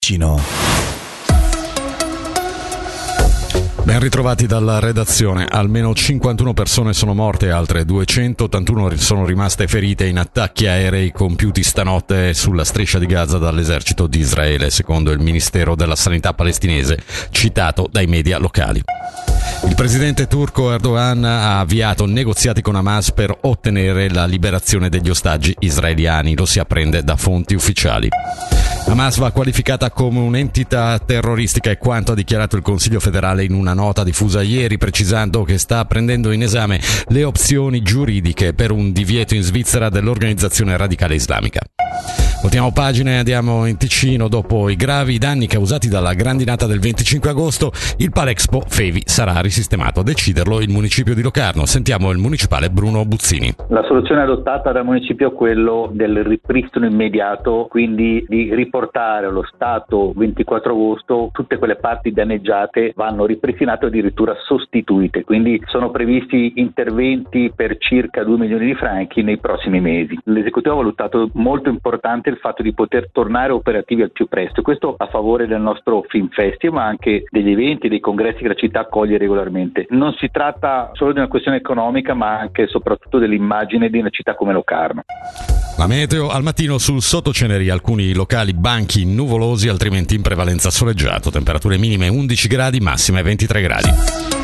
Ticino. Ben ritrovati dalla redazione. Almeno 51 persone sono morte e altre 281 sono rimaste ferite in attacchi aerei compiuti stanotte sulla striscia di Gaza dall'esercito di Israele, secondo il Ministero della Sanità palestinese, citato dai media locali. Il presidente turco Erdogan ha avviato negoziati con Hamas per ottenere la liberazione degli ostaggi israeliani, lo si apprende da fonti ufficiali. Hamas va qualificata come un'entità terroristica, è quanto ha dichiarato il Consiglio federale in una nota diffusa ieri, precisando che sta prendendo in esame le opzioni giuridiche per un divieto in Svizzera dell'organizzazione radicale islamica. Voltiamo pagina e andiamo in Ticino. Dopo i gravi danni causati dalla grandinata del 25 agosto, il Palexpo Fevi sarà risistemato. A deciderlo il municipio di Locarno. Sentiamo il municipale Bruno Buzzini. La soluzione adottata dal municipio è quello del ripristino immediato, quindi di riportare allo stato 24 agosto tutte quelle parti danneggiate vanno ripristinate o addirittura sostituite. Quindi sono previsti interventi per circa 2 milioni di franchi nei prossimi mesi. L'esecutivo ha valutato molto importante il fatto di poter tornare operativi al più presto, questo a favore del nostro Film Festival, ma anche degli eventi, dei congressi che la città accoglie regolarmente. Non si tratta solo di una questione economica, ma anche e soprattutto dell'immagine di una città come Locarno. La meteo al mattino sul Sottoceneria, alcuni locali banchi nuvolosi, altrimenti in prevalenza soleggiato, temperature minime 11 gradi, massime 23 gradi.